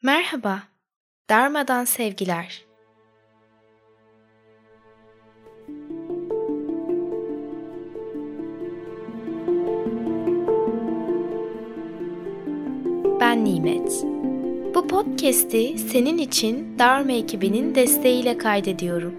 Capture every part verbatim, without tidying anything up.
Merhaba, darmadan sevgiler. Ben Nimet. Bu podcast'i senin için Dharma ekibinin desteğiyle kaydediyorum.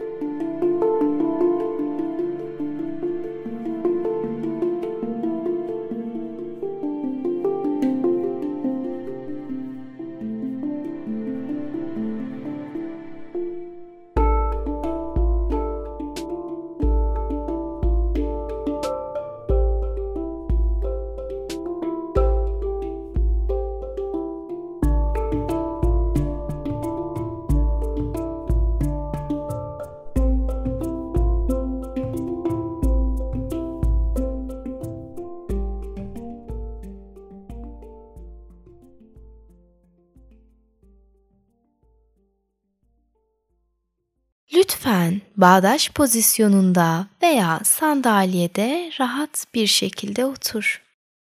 Lütfen bağdaş pozisyonunda veya sandalyede rahat bir şekilde otur.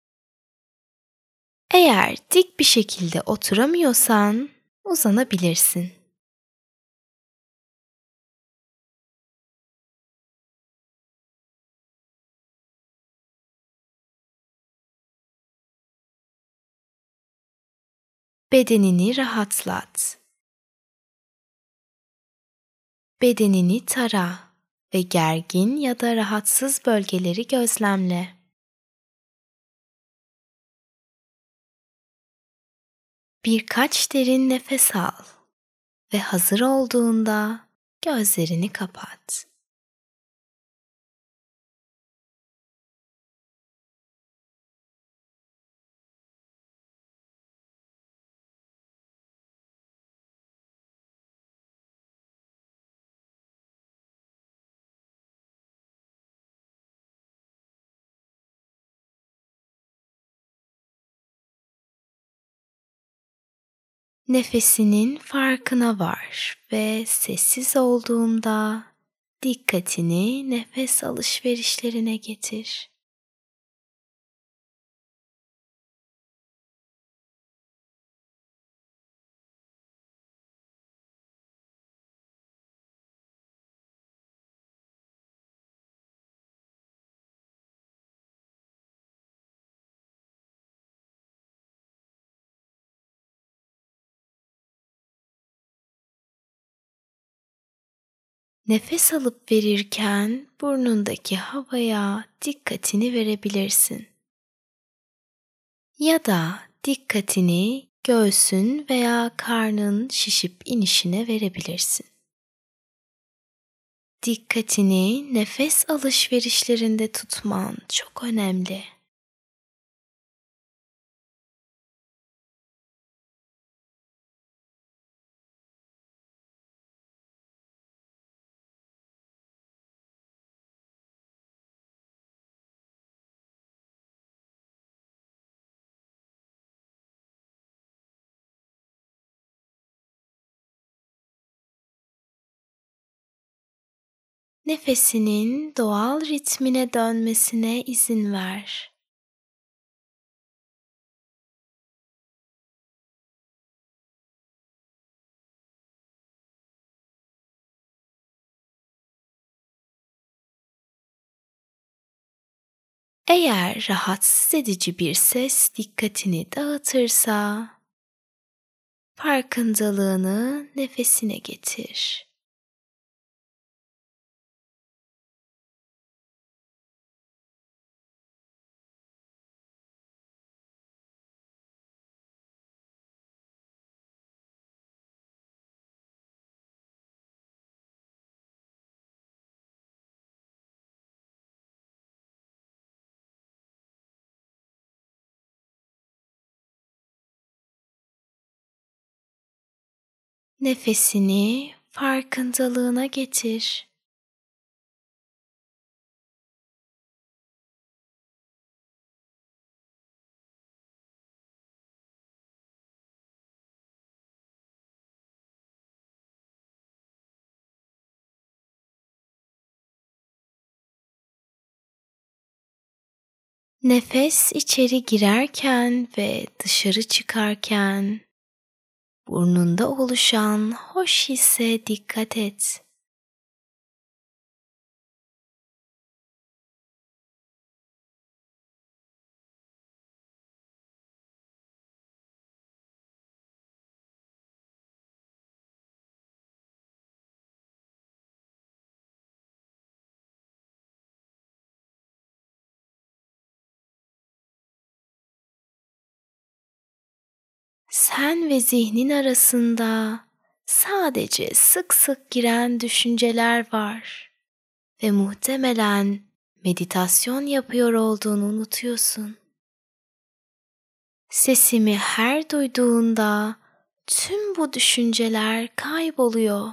Eğer dik bir şekilde oturamıyorsan uzanabilirsin. Bedenini rahatlat. Bedenini tara ve gergin ya da rahatsız bölgeleri gözlemle. Birkaç derin nefes al ve hazır olduğunda gözlerini kapat. Nefesinin farkına var ve sessiz olduğunda dikkatini nefes alışverişlerine getir. Nefes alıp verirken burnundaki havaya dikkatini verebilirsin. Ya da dikkatini göğsün veya karnın şişip inişine verebilirsin. Dikkatini nefes alışverişlerinde tutman çok önemli. Nefesinin doğal ritmine dönmesine izin ver. Eğer rahatsız edici bir ses dikkatini dağıtırsa, farkındalığını nefesine getir. Nefesini farkındalığına getir. Nefes içeri girerken ve dışarı çıkarken Burnunda oluşan hoş hisse dikkat et. Sen ve zihnin arasında sadece sık sık giren düşünceler var ve muhtemelen meditasyon yapıyor olduğunu unutuyorsun. Sesimi her duyduğunda tüm bu düşünceler kayboluyor.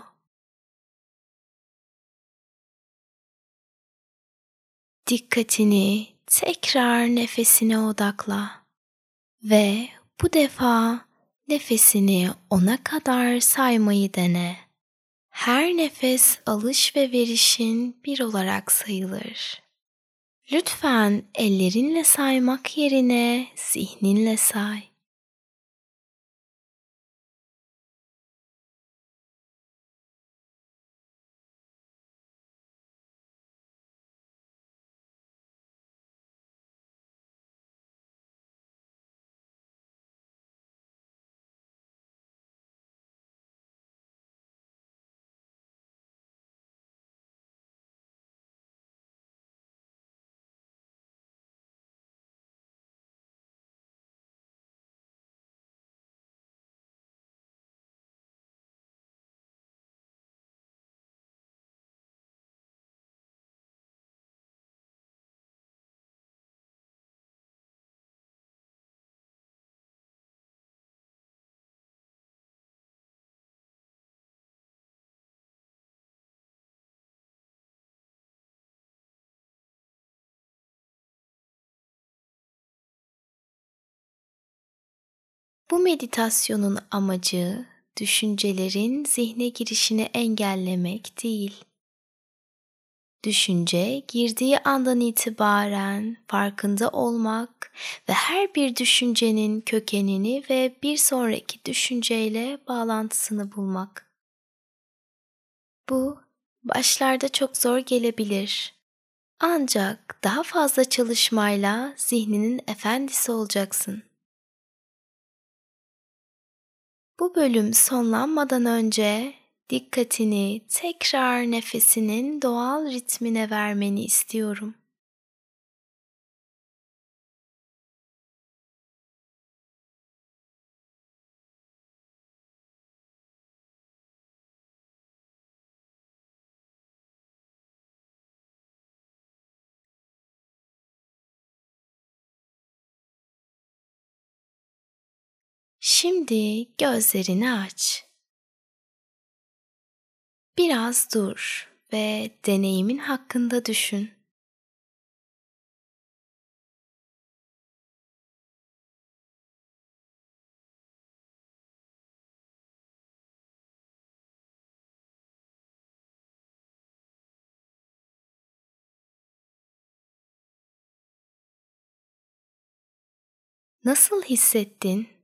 Dikkatini tekrar nefesine odakla ve bu defa nefesini ona kadar saymayı dene. Her nefes alış ve verişin bir olarak sayılır. Lütfen ellerinle saymak yerine zihninle say. Bu meditasyonun amacı düşüncelerin zihne girişini engellemek değil. Düşünce girdiği andan itibaren farkında olmak ve her bir düşüncenin kökenini ve bir sonraki düşünceyle bağlantısını bulmak. Bu başlarda çok zor gelebilir. Ancak daha fazla çalışmayla zihninin efendisi olacaksın. Bu bölüm sonlanmadan önce dikkatini tekrar nefesinin doğal ritmine vermeni istiyorum. Şimdi gözlerini aç. Biraz dur ve deneyimin hakkında düşün. Nasıl hissettin?